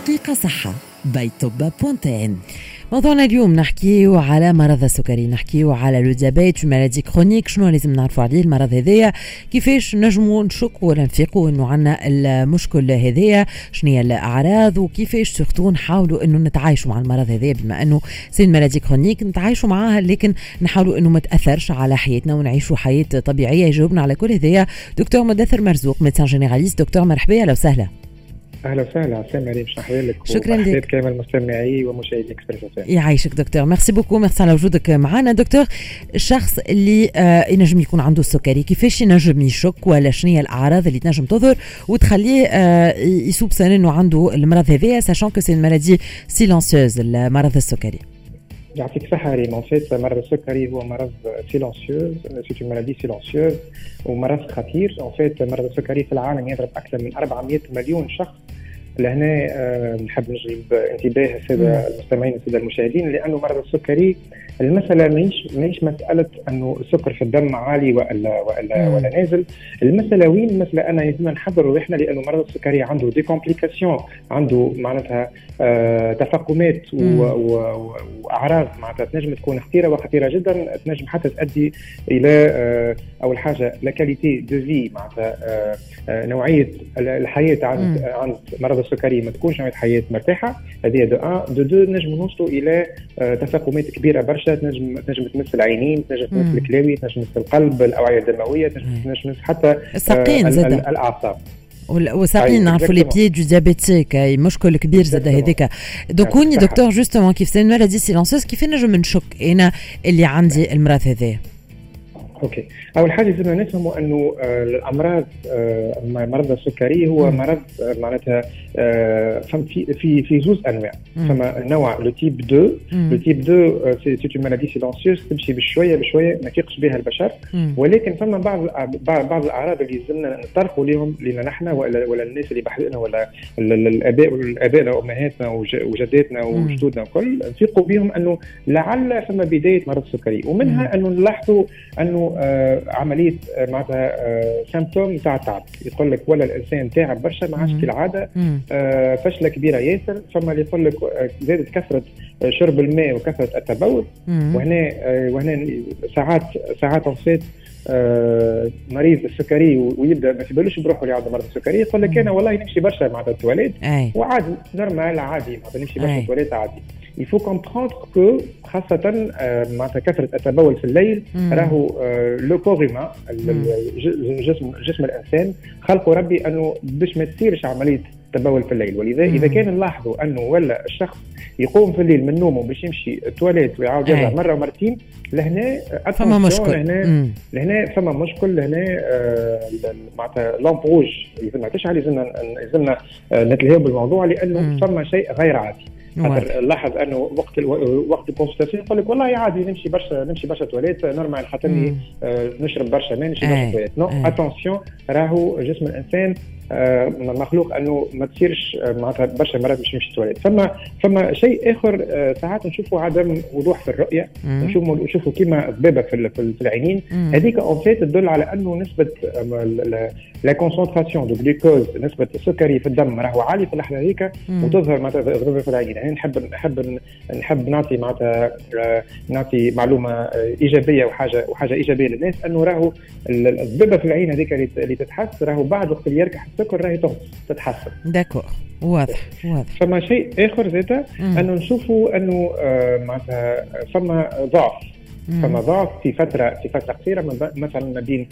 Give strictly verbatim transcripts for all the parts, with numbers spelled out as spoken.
دقيقة صحة باي توبا بونتين. موضوعنا اليوم نحكيو على مرض السكري، نحكيو على لو ديابيت مالادي كرونيك. شنو لازم نعرفوا عليه المرض هذايا؟ كيفاش نجموا نشكوا ولا نفيقوا انه عندنا المشكل هذايا؟ شنو هي الاعراض وكيفاش سورتو نحاولوا انه نتعايشوا مع المرض هذايا، بما انه سي مالادي كرونيك نتعايشوا معاها، لكن نحاولوا انه ما تاثرش على حياتنا ونعيشوا حياه طبيعيه. يجاوبنا على كل هذايا دكتور مدثر مرزوق، ميدسان جينيراليست. دكتور مرحبا، اهلا وسهلا. اهلا وسهلا، عسام عليم، شنحيا لك. شكرا لك كامل مستمعي ومشاهدي اكسبريس. يعيشك دكتور، ميرسي بوكو، ميرسي على وجودك معنا. دكتور، الشخص اللي آه ينجم يكون عنده السكري كيفاش ينجم يشك، ولا شنو هي الاعراض اللي تنجم تظهر وتخليه آه يسوبسن انه عنده المرض هذايا، ساشون كو سي مالادي سيلونسيوز المرض السكري؟ يعطيك الصحة ريم. فيت مرض السكري هو مرض سيلونسيوز، سي مالادي سيلونسيوز ومرض خطير. فيت مرض السكري في العالم يضرب أكثر من أربعمائة مليون شخص. لهنا أه نحب نجيب انتباه السادة المستمعين والسادة المشاهدين، لأنه مرض السكري المسألة ماهيش ماهيش مسألة أنه السكر في الدم عالي ولا ولا ولا نازل. المسألة وين؟ المسألة أنا لازم نحضروا روحنا، لأنه مرض السكري عنده دي كومبليكاسيون، عنده معناتها آه تفاقمات وأعراض معناتها تنجم تكون خطيرة وخطيرة جدا، تنجم حتى تؤدي إلى آه أول حاجة لا كاليتي دو في، معناتها آه آه نوعية الحياة عند مم. عند مرض السكري ما تكونش نوعية حياة مرتاحة. هذه دو ان دو دو نجم نوصلوا إلى آه تفاقمات كبيرة برشا، تنجم تنجم تمس العينين، تنجم تمس الكلاوي، تنجم تمس القلب، الأوعية الدموية، تنجم تمس حتى الساقين، آه الأعصاب وساقين. نعرفوا لي بيي دو ديابيتيك، اي مشكل كبير زاد هذاك. دونكوني دكتور جوستومون كيف سي مالادي سيلونسيوز، كيف نجم نشك انا اللي عندي المرض هذا؟ اوكي، اول حاجه لازم نفهموا انه آه الامراض آه مرض السكري هو مم. مرض آه معناتها آه في في في زوج انواع. فما النوع لو تيب اثنين، لو تيب اثنين سي سي مالادي سيلونسيوز، تمشي بشويه بشويه ما يفيقش بها البشر، مم. ولكن فما بعض بعض الاعراض اللي لازمنا نطرقوا لهم لنا نحن ولا ولا الناس اللي بحالنا ولا الاباء والاباء وامهاتنا وجداتنا وجدودنا وكل نفيقوا بهم انه لعل فما بدايه مرض السكري. ومنها انه نلاحظوا انه آه عمليه آه معناتها آه سيمبتوم تاع تعب، يقول لك ولا الانسان تعب برشا ما عادش كالعاده، آه فشله كبيره ياسر. فما اللي يقول لك آه زادت كثره آه شرب الماء وكثره التبول. وهنا آه وهنا ساعات ساعات انفيت آه مريض السكري ويبدا ما يبالوش بروحه اللي عنده مرض السكري، يقول لك انا والله نمشي برشا مع التواليت وعادي نورمال عادي، معناتها نمشي برشا التواليت عادي. il faut comprendre que خاصة معناتها كثرة التبول في الليل راهو لو كوريما الجسم جسم الإنسان خلقه ربي أنه باش ما تصيرش عملية تبول في الليل. ولذا إذا كان نلاحظوا أنه ولا الشخص يقوم في الليل من نومه باش يمشي التواليت ويعاود يرجع مرة ومرتين، لهنا فما مشكل، لهنا لهنا فما مشكل، لهنا معناتها لامبروج لازمنا تشعل، لازمنا لازمنا نتلهاو بالموضوع، لأنه فما شيء غير عادي. لاحظ انه وقت الو... وقت الكونسلتاسيون يقول لك والله عادي نمشي برشا نمشي برشا تواليت نورمال، حتى آه نشرب برشا ماء نمشي برشا تواليت. نو اتونسيون، راهو جسم الانسان آه مخلوق انه ما تصيرش آه معناتها برشا مرات باش يمشي تواليت. فما فما شيء اخر آه ساعات نشوفوا عدم وضوح في الرؤيه، نشوفوا نشوفوا كيما ذبابه في, في العينين. هذيك اون فيت تدل على انه نسبه لا كونسونطراسيون دو جلوكوز، نسبه السكري في الدم راهو عالي في اللحظه هذيك، وتظهر معناتها ذبابه في العينين. يعني نحب نحب نحب نعطي معناتها نعطي معلومه ايجابيه وحاجه وحاجه ايجابيه للناس، انه راهو الذبابه في العين هذيك اللي تتحس راهو بعد وقت اللي يركح السكر راهي تتحسن. داكور، واضح واضح. فما شيء اخر زيتا انه نشوفوا انه معناتها فما ضعف فما ضعف في فتره في فتره قصيره، مثلا ما بين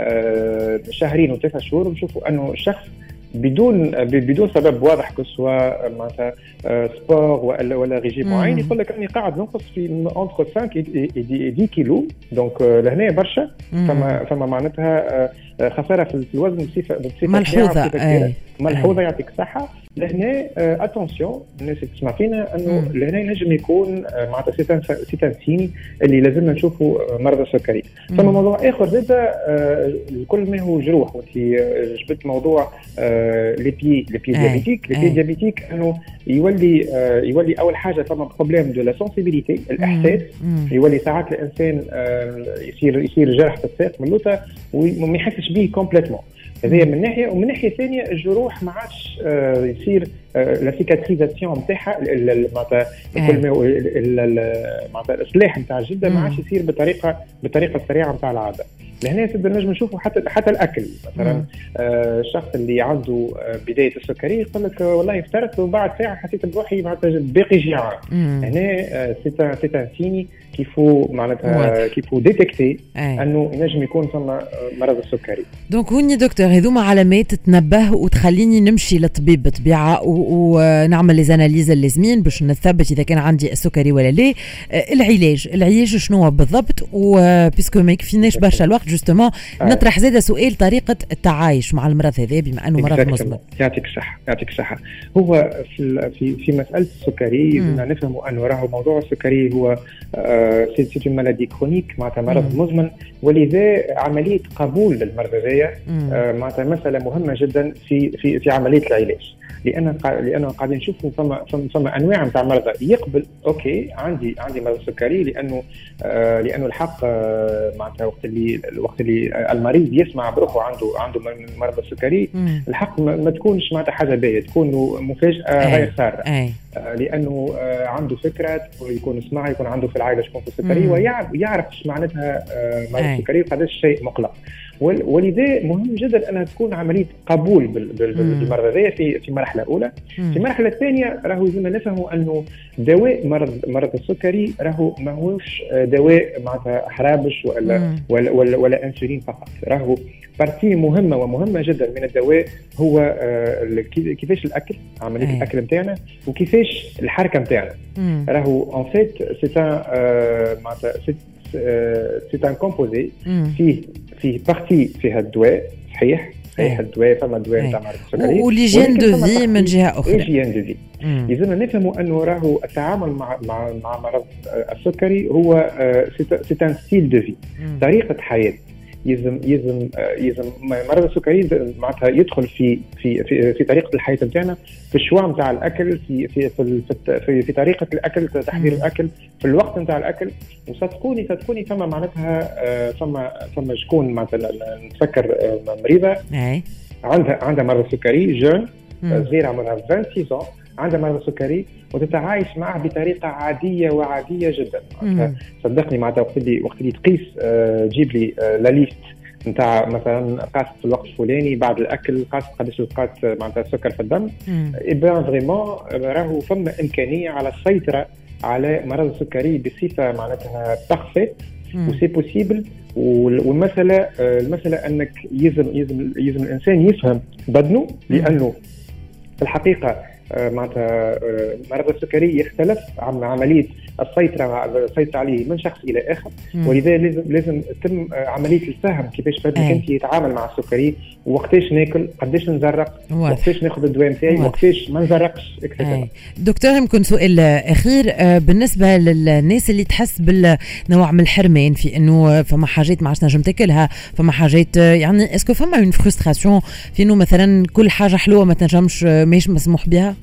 شهرين وثلاثة شهور، نشوفوا انه الشخص بدون بدون سبب واضح كسوا معناتها سبور ولا ولا ريجيم معين، يقول لك اني قاعد ننقص في انتر خمسة و عشرة كيلو. دونك لهنا برشا فما فما معناتها خساره في الوزن بصفه بصفه ملحوظه ملحوظه. يعطيك الصحه. لهنا اتونسيون الناس اللي تسمع فينا انه لهنا ينجم يكون معناتها سيتان سيتان سيني اللي لازمنا نشوفوا مرض السكري. فما موضوع اخر زاد كل ما هو جروح، وانت جبت موضوع لي بي لي بي ديابيتيك. لي بي ديابيتيك انه يولي يولي اول حاجه فما بروبليم دو لا سنسيبيليتي، الاحساس. يولي ساعات الانسان يصير يصير جرح في الساق من لوطه وما يحسش به كومبليتمون. هذه من ناحيه، ومن ناحيه ثانيه الجروح ما عادش آه يصير آه لا سيكاتريزاسيون نتاعها معناتها كل ما معناتها الاصلاح نتاع الجلده ما عادش يصير بطريقه بالطريقه السريعه نتاع العاده. لهنا تقدر نجم نشوفوا حتى حتى الاكل مثلا آه الشخص اللي عنده آه بدايه السكري يقول لك آه والله فطرت وبعد ساعه حسيت بروحي معناتها باقي جيعان. هنا آه سيتا سيتا سيني كيفو معناتها كيفو ديتكتي انه ينجم يكون ثم مرض السكري. دونك هوني دكتور هذوما علامات تنبه وتخليني نمشي للطبيب بطبيعه ونعمل لي زاناليز اللازمين باش نثبت اذا كان عندي السكري ولا لا. العلاج العلاج شنو بالضبط؟ وبيسكو ما يكفيناش برشا الوقت جوستومون نطرح زاده سؤال طريقه التعايش مع المرض هذا بما انه مرض مزمن. يعطيك الصحه يعطيك الصحه. هو في في في مساله السكري بدنا نفهموا انه راهو موضوع السكري هو سي سي اون مالادي كرونيك معناتها مرض مزمن، ولذا عمليه قبول للمرض هذايا معناتها مساله مهمه جدا في في في عمليه العلاج. لان لانه قاعدين نشوفوا ثم ثم انواع نتاع مرضى يقبل اوكي عندي عندي مرض السكري لانه آه لانه الحق آه معناتها وقت اللي الوقت اللي المريض يسمع بروحه عنده عنده مرض السكري الحق ما تكونش معناتها حاجه باهيه، تكون مفاجاه غير ساره آه لانه آه عنده فكره ويكون سمع يكون عنده في العائله شكون في السكري ويعرف يعرف ايش معناتها آه مرض السكري وقداش شيء مقلق. ولذا مهم جدا أنها تكون عملية قبول بالمرض هذا في في مرحلة أولى. في المرحلة الثانية راهو لازم نفهموا أنه دواء مرض مرض السكري راهو ما هوش دواء معناتها حرابش ولا ولا, ولا ولا أنسولين فقط. راهو بارتي مهمة ومهمة جدا من الدواء هو آه كيفاش الأكل عملية أي. الأكل متاعنا وكيفاش الحركة متاعنا. راهو ان فيت سي ان معناتها سي ان كومبوزي فيه فيه بارتي فيها الدواء صحيح صحيح الدواء فما دواء نتاع مرض السكري وليجين دو في من جهه اخرى. ليجين دو في لازمنا نفهموا انه راهو التعامل مع مع مع مرض السكري هو سي ان ستيل دو في طريقه حياه. يلزم يلزم يلزم مرض السكري معناتها يدخل في في في, في طريقه الحياه نتاعنا في الشوع نتاع الاكل في في في, في في طريقه الاكل تحضير الاكل في الوقت نتاع الاكل. وصدقوني صدقوني فما معناتها فما فما شكون معناتها نتفكر مريضه عندها عندها مرض السكري جون صغيره عمرها ستة وعشرين سنه عندها مرض السكري وتتعايش معه بطريقه عاديه وعاديه جدا. صدقني معناتها وقت اللي وقت اللي تقيس تجيب لي لا ليست نتاع مثلا قاس في الوقت الفلاني بعد الاكل قاس قداش لقات معناتها السكر في الدم ايبان فريمون راهو فما امكانيه على السيطره على مرض السكري بصفه معناتها بارفيت وسي بوسيبل. والمساله المساله انك يلزم يلزم يلزم الانسان يفهم بدنه لانه في الحقيقه معناتها مرض السكري يختلف عن عمليه السيطره السيطره عليه من شخص الى اخر. ولذا لازم لازم تتم عمليه الفهم كيفاش بدك انت يتعامل مع السكري وقتاش ناكل قداش نزرق وقتاش ناخذ الدواء نتاعي وقتاش ما نزرقش اكسترا. دكتور يمكن سؤال اخير بالنسبه للناس اللي تحس بالنوع من الحرمان في انه فما حاجات ما عادش نجم تاكلها فما حاجات يعني اسكو فما اون فرستراسيون في انه مثلا كل حاجه حلوه ما تنجمش ماهيش مسموح بها؟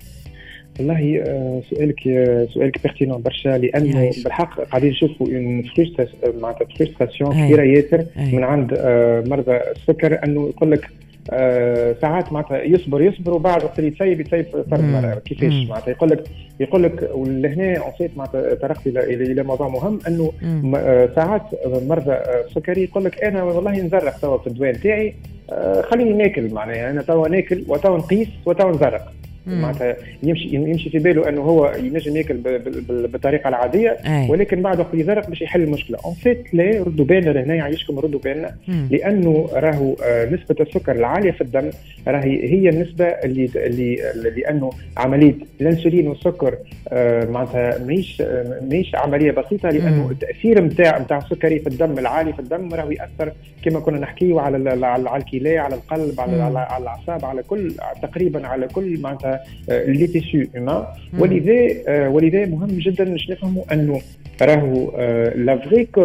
والله سؤالك سؤالك بيرتينون برشا لانه بالحق قاعدين نشوفوا اون فرستراسيون معناتها فرستراسيون كبيره ياسر من عند مرضى السكر انه يقول لك آه ساعات معناتها يصبر يصبر وبعد وقت اللي يتسيب يتسيب فرد مرة كيفاش معناتها يقول لك يقول لك ولهنا اونسيت معناتها طرقت الى الى موضوع مهم انه آه ساعات مرضى السكري يقول لك انا والله نزرق توا في الدواء نتاعي آه خليني ناكل معناها انا توا ناكل وتوا نقيس وتوا نزرق معناتها يمشي يمشي في باله انه هو ينجم ياكل بالطريقه العاديه أي. ولكن بعد وقت يزرق باش يحل المشكله. اون فيت لا ردوا بالنا لهنا يعيشكم ردوا بالنا لانه راهو نسبه السكر العاليه في الدم راهي هي النسبه اللي اللي لانه عمليه الانسولين والسكر معناتها ماهيش ماهيش عمليه بسيطه لانه التاثير نتاع نتاع السكري في الدم العالي في الدم راهو ياثر كما كنا نحكيو على على الكلى على القلب على على الاعصاب على كل تقريبا على كل معناتها لي تيسيو هيومان. ولذا ولذا مهم جدا باش نفهموا انه راهو لا فري كوز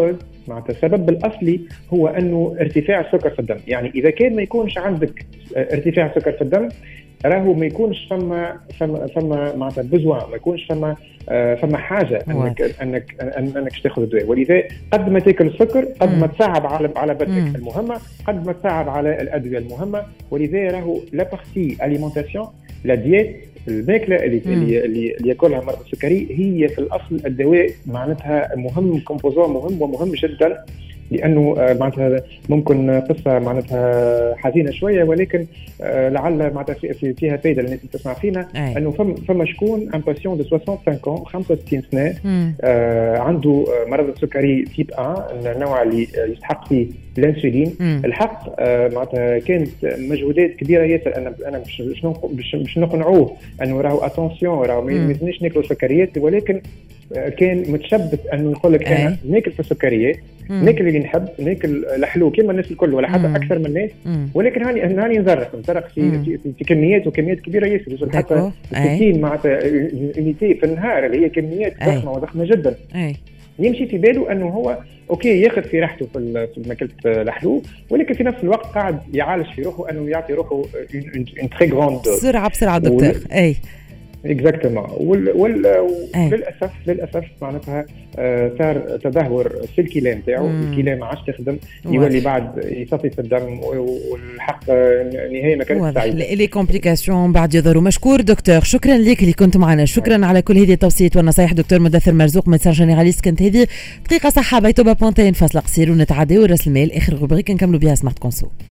معناتها السبب الاصلي هو انه ارتفاع السكر في الدم. يعني اذا كان ما يكونش عندك ارتفاع السكر في الدم راهو ما يكونش فما فما فما معناتها بزوان، ما يكونش فما فما حاجه انك انك انك تاخذ الدواء. ولذا قد ما تاكل السكر قد ما تصعب على على بدنك المهمه، قد ما تصعب على الادويه المهمه. ولذا راهو لا بارتي اليمونتاسيون لا دييت الماكله اللي اللي اللي ياكلها مرضى السكري هي في الاصل الدواء معناتها مهم، كومبوزون مهم ومهم جدا. لانه معناتها ممكن قصه معناتها حزينه شويه، ولكن لعل معناتها في فيها فائده للناس اللي تسمع فينا. انه فما فما شكون ان باسيون دو خمسة وستين خمسة وستين سنه آه عنده مرض السكري تيب واحد، النوع اللي يستحق فيه الانسولين. الحق آه معناتها كانت مجهودات كبيره ياسر. انا انا مش مش مش نقنعوه انه راهو اتونسيون راهو ما يلزمنيش ناكلوا سكريات، ولكن كان متشبث انه يقول لك انا ناكل في السكريات، ناكل اللي نحب، ناكل الحلو كما الناس الكل ولا حتى اكثر من الناس. ولكن هاني هاني نزرق نزرق في, في, في, في كميات وكميات كبيره ياسر، حتى ستين معناتها يونيتي في النهار اللي هي كميات ضخمه وضخمه جدا. أي. يمشي في باله انه هو اوكي ياخذ في راحته في ماكله الحلو، ولكن في نفس الوقت قاعد يعالج في روحه انه يعطي روحه اون تري غروند دوز بسرعه بسرعه دكتور. اي اكزاكتومون. وال... وال... وللاسف للاسف معناتها صار تدهور في الكلى نتاعو، الكلى ما عادش تخدم، يولي بعد يصفي في الدم، والحق النهايه ما كانتش سعيده. لي كومبليكاسيون بعد يظهروا. مشكور دكتور، شكرا لك اللي كنت معنا، شكرا على كل هذه التوصيات والنصائح. دكتور مدثر مرزوق ميدسان جينيراليست. كانت هذه دقيقه صحه بيتوبا بونتين فاصله قصير ونتعداو راس المال. اخر غبريك نكملوا بها سمارت كونسو.